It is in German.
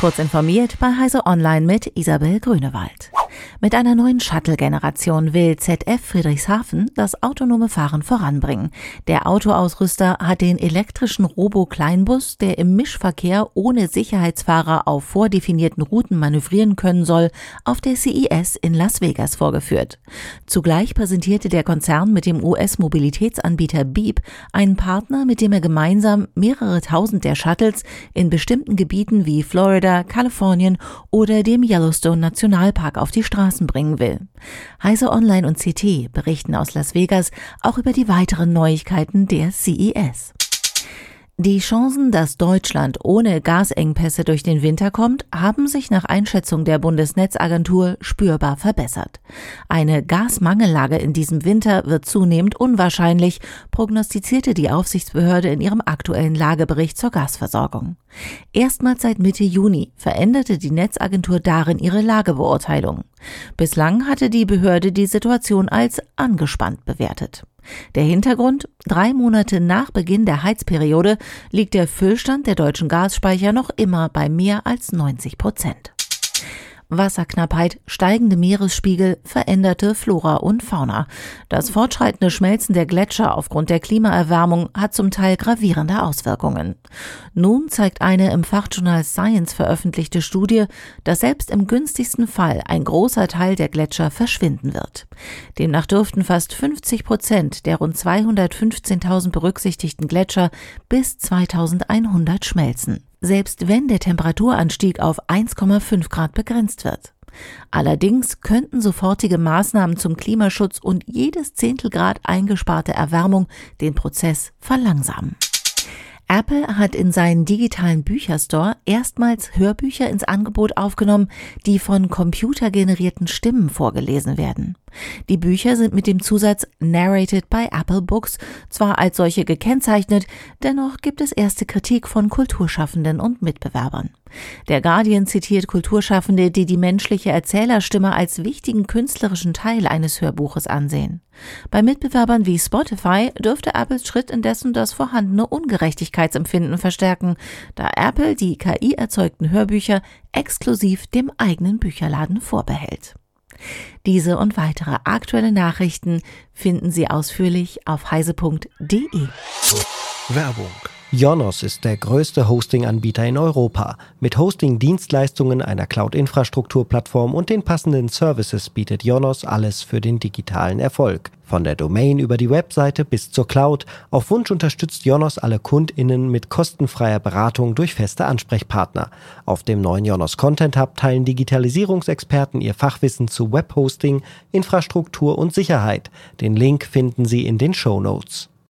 Kurz informiert bei Heise Online mit Isabel Grünewald. Mit einer neuen Shuttle-Generation will ZF Friedrichshafen das autonome Fahren voranbringen. Der Autoausrüster hat den elektrischen Robo-Kleinbus, der im Mischverkehr ohne Sicherheitsfahrer auf vordefinierten Routen manövrieren können soll, auf der CES in Las Vegas vorgeführt. Zugleich präsentierte der Konzern mit dem US-Mobilitätsanbieter Beep einen Partner, mit dem er gemeinsam mehrere tausend der Shuttles in bestimmten Gebieten wie Florida, Kalifornien oder dem Yellowstone-Nationalpark auf die Straßen bringen will. Heise Online und CT berichten aus Las Vegas auch über die weiteren Neuigkeiten der CES. Die Chancen, dass Deutschland ohne Gasengpässe durch den Winter kommt, haben sich nach Einschätzung der Bundesnetzagentur spürbar verbessert. Eine Gasmangellage in diesem Winter wird zunehmend unwahrscheinlich, prognostizierte die Aufsichtsbehörde in ihrem aktuellen Lagebericht zur Gasversorgung. Erstmals seit Mitte Juni veränderte die Netzagentur darin ihre Lagebeurteilung. Bislang hatte die Behörde die Situation als angespannt bewertet. Der Hintergrund: 3 Monate nach Beginn der Heizperiode liegt der Füllstand der deutschen Gasspeicher noch immer bei mehr als 90%. Wasserknappheit, steigende Meeresspiegel, veränderte Flora und Fauna. Das fortschreitende Schmelzen der Gletscher aufgrund der Klimaerwärmung hat zum Teil gravierende Auswirkungen. Nun zeigt eine im Fachjournal Science veröffentlichte Studie, dass selbst im günstigsten Fall ein großer Teil der Gletscher verschwinden wird. Demnach dürften fast 50% der rund 215.000 berücksichtigten Gletscher bis 2100 schmelzen, selbst wenn der Temperaturanstieg auf 1,5 Grad begrenzt wird. Allerdings könnten sofortige Maßnahmen zum Klimaschutz und jedes Zehntelgrad eingesparte Erwärmung den Prozess verlangsamen. Apple hat in seinen digitalen Bücherstore erstmals Hörbücher ins Angebot aufgenommen, die von computergenerierten Stimmen vorgelesen werden. Die Bücher sind mit dem Zusatz Narrated by Apple Books zwar als solche gekennzeichnet, dennoch gibt es erste Kritik von Kulturschaffenden und Mitbewerbern. Der Guardian zitiert Kulturschaffende, die die menschliche Erzählerstimme als wichtigen künstlerischen Teil eines Hörbuches ansehen. Bei Mitbewerbern wie Spotify dürfte Apples Schritt indessen das vorhandene Ungerechtigkeitsempfinden verstärken, da Apple die KI-erzeugten Hörbücher exklusiv dem eigenen Bücherladen vorbehält. Diese und weitere aktuelle Nachrichten finden Sie ausführlich auf heise.de. Werbung. Ionos ist der größte Hosting-Anbieter in Europa. Mit Hosting-Dienstleistungen, einer Cloud-Infrastrukturplattform und den passenden Services bietet Ionos alles für den digitalen Erfolg. Von der Domain über die Webseite bis zur Cloud. Auf Wunsch unterstützt Ionos alle KundInnen mit kostenfreier Beratung durch feste Ansprechpartner. Auf dem neuen Ionos Content Hub teilen Digitalisierungsexperten ihr Fachwissen zu Webhosting, Infrastruktur und Sicherheit. Den Link finden Sie in den Shownotes.